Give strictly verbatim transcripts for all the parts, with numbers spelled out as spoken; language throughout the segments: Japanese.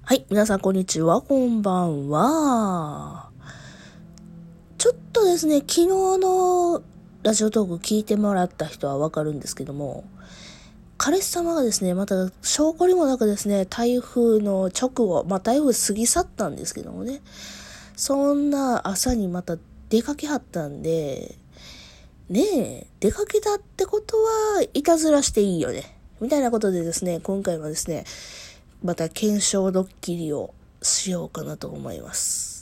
はい、皆さんこんにちは、こんばんは。ちょっとですね、昨日のラジオトーク聞いてもらった人はわかるんですけども、彼氏様がですね、また証拠にもなくですね、台風の直後、まあ台風過ぎ去ったんですけどもね、そんな朝にまた出かけはったんで、ねえ、出かけたってことはいたずらしていいよね。みたいなことでですね、今回はですね、また検証ドッキリをしようかなと思います。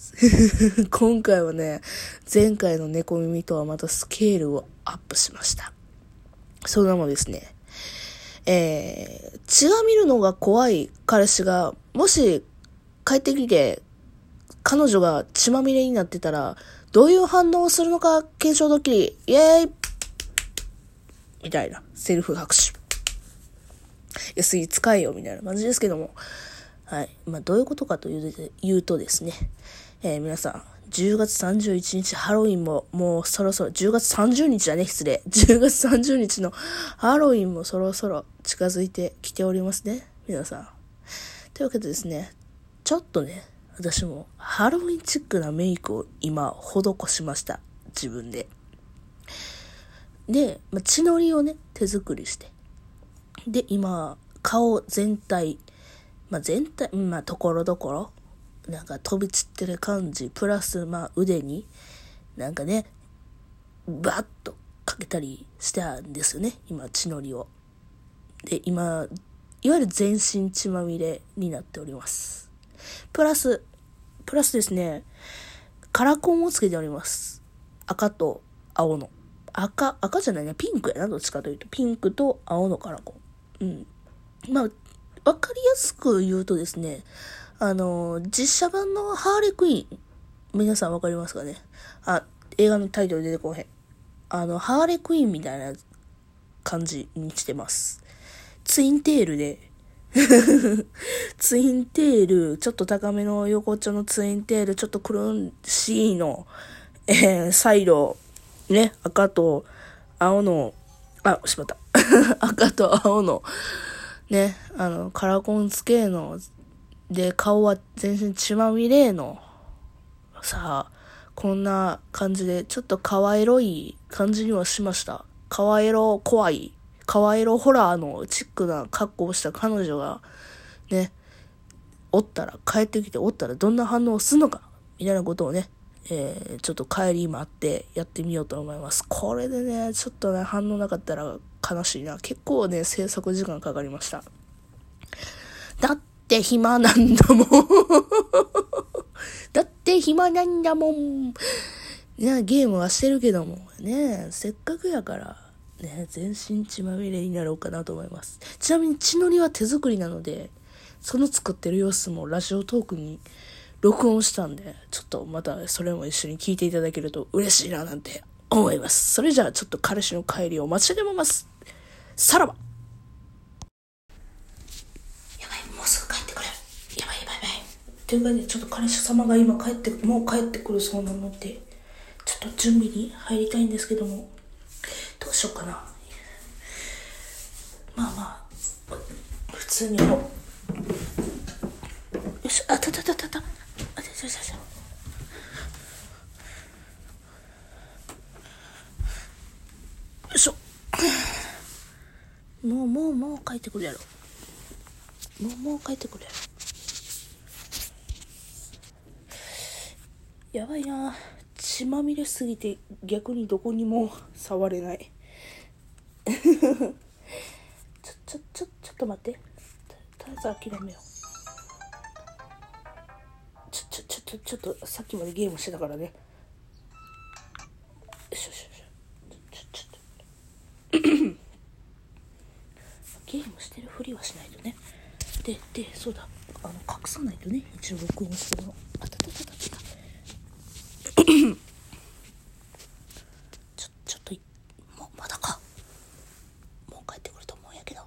今回はね、前回の猫耳とはまたスケールをアップしました。その名もですね、えー、血が見るのが怖い彼氏が、もし帰ってきて、彼女が血まみれになってたら、どういう反応をするのか検証ドッキリ、イエーイみたいな、セルフ拍手。エスイー 使えよみたいな感じですけども。はい。まあ、どういうことかという言うとですね、えー、皆さん、じゅうがつさんじゅういちにちハロウィンももうそろそろ、じゅうがつさんじゅうにちだね、失礼。じゅうがつさんじゅうにちのハロウィンもそろそろ近づいてきておりますね、皆さん。というわけでですね、ちょっとね、私もハロウィンチックなメイクを今施しました。自分で。で、まあ、血のりをね、手作りして。で、今、顔全体、まあ、全体、まあ、ところどころ、なんか飛び散ってる感じ、プラス、まあ、腕に、なんかね、バッとかけたりしたんですよね、今、血のりを。で、今、いわゆる全身血まみれになっております。プラス、プラスですね、カラコンをつけております。赤と青の。赤、赤じゃないね、ピンクやな、どっちかというと。ピンクと青のカラコン。うん。まあ、わかりやすく言うとですね、あの、実写版のハーレクイーン、皆さんわかりますかね？あ、映画のタイトル出てこへん。あの、ハーレクイーンみたいな感じにしてます。ツインテールで、ツインテール、ちょっと高めの横っちょのツインテール、ちょっとクルンシーの、えー、サイド、ね、赤と青の、あ、しまった。赤と青の、ね、あの、カラコンつけの、で、顔は全身血まみれの、さあ、こんな感じで、ちょっと可愛ろい感じにはしました。可愛ろ怖い、可愛ろホラーのチックな格好をした彼女が、ね、おったら、帰ってきておったらどんな反応をするのか、みたいなことをね、えー、ちょっと帰り待ってやってみようと思います。これでね、ちょっとね、反応なかったら悲しいな。結構ね、制作時間かかりました。だって暇なんだもん。だって暇なんだもん。ね、ゲームはしてるけども、ね、せっかくやから、ね、全身血まみれになろうかなと思います。ちなみに血のりは手作りなので、その作ってる様子もラジオトークに録音したんで、ちょっとまたそれも一緒に聞いていただけると嬉しいななんて思います。それじゃあちょっと彼氏の帰りを待ちでます。さらば。やばい、もうすぐ帰ってくる。やばいやばいやばい。というかね、ちょっと彼氏様が今帰って、もう帰ってくるそうなので、ちょっと準備に入りたいんですけども、どうしようかな。まあまあ、普通にもよし、あたたたたた。あたたたた。よいしょ。もうもうもう帰ってくるやろ。もうもう帰ってくるやろ。やばいな。血まみれすぎて逆にどこにも触れない。ちょちょちょちょっと待って。とりあえず諦めよう。ちょちょちょちょちょっとさっきまでゲームしてたからね。よしよしよし。ちょちょっと。ゲームしてるふりはしないとね。で、で、そうだ。あの、隠さないとね。一応録音してるの。あたたたたた。ちょ、ちょっと、もう、まだか。もう帰ってくると思うんやけど。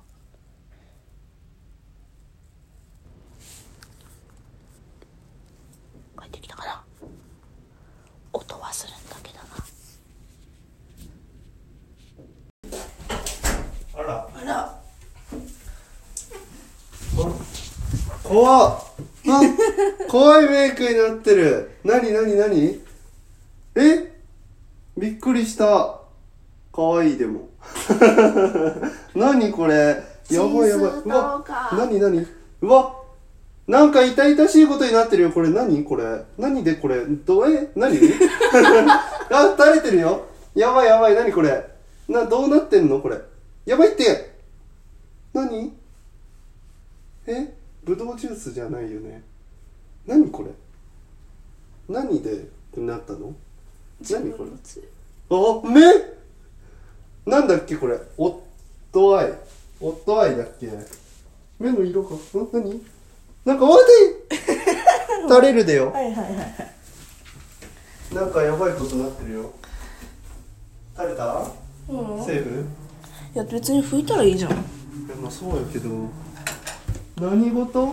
帰ってきたかな。音はするんだけどな。 あら。 あら。 怖っ。 あ、かわいいメイクになってる。なになになに？え？びっくりした。かわいいでも。なにこれ？やばいやばい。うわ、なになに？うわ、なんか痛々しいことになってるよ。これ何これ？何でこれ？どえ？何？あ、垂れてるよ。やばいやばい。何これ？な、どうなってんのこれ？やばいって。何？え？ぶどうジュースじゃないよね。何これ？何でなったの？何これ？あ、目？なんだっけこれ？オットアイ。オットアイだっけ？目の色が、ん？何？なんか待て垂れるでよ。 はいはいはいはい。 なんかやばいことになってるよ。垂れた？ うん。 セーフ？ いや別に拭いたらいいじゃん。 いやまあそうやけど。何事？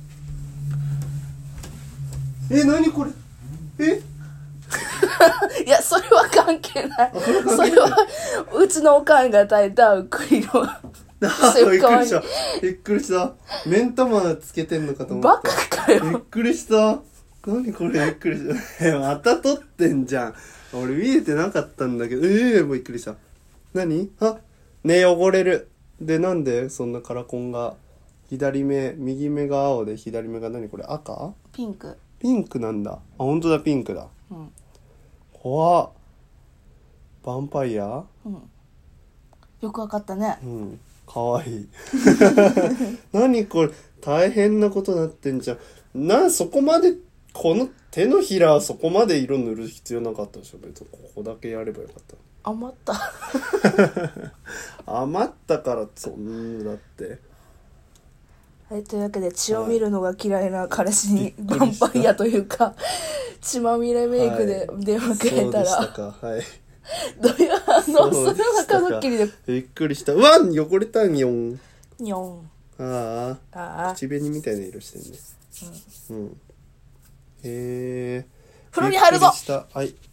え、何これ？え？ いやそれは関係ない。 それ関係ない。 それはうちのおかんが炊いたうっくりのあびっくりしたびっくりした目ん玉つけてんのかと思った。 バカかよ。 びっくりした。何これ？びっくりしたまた撮ってんじゃん。俺見えてなかったんだけど、ええー、びっくりした。何？あ、ね、汚れる。で、なんでそんなカラコンが左目、右目が青で左目が何これ？赤？ ピンク。 ピンクなんだ。あ、本当だ、ピンクだ。 うん。 怖っ。ヴァンパイア？ うん。よくわかったね。 うん。かわいい。何これ？大変なことなってんじゃん。な、そこまで、この手のひらそこまで色塗る必要なかったでしょ。別にここだけやればよかった。 余った。 余ったからそんなだって。 はい、というわけで血を見るのが嫌いな彼氏にヴァンパイアというか血まみれメイクで電話くれたら、 そうでしたか。はい。 どういう反応するのかドッキリで。 びっくりした。うわん汚れたんよん。 にょん。 ああ。 ああ。 口紅みたいな色してんね。うん。うん、へえ。 風呂に入るぞ。 びっくりした。はい。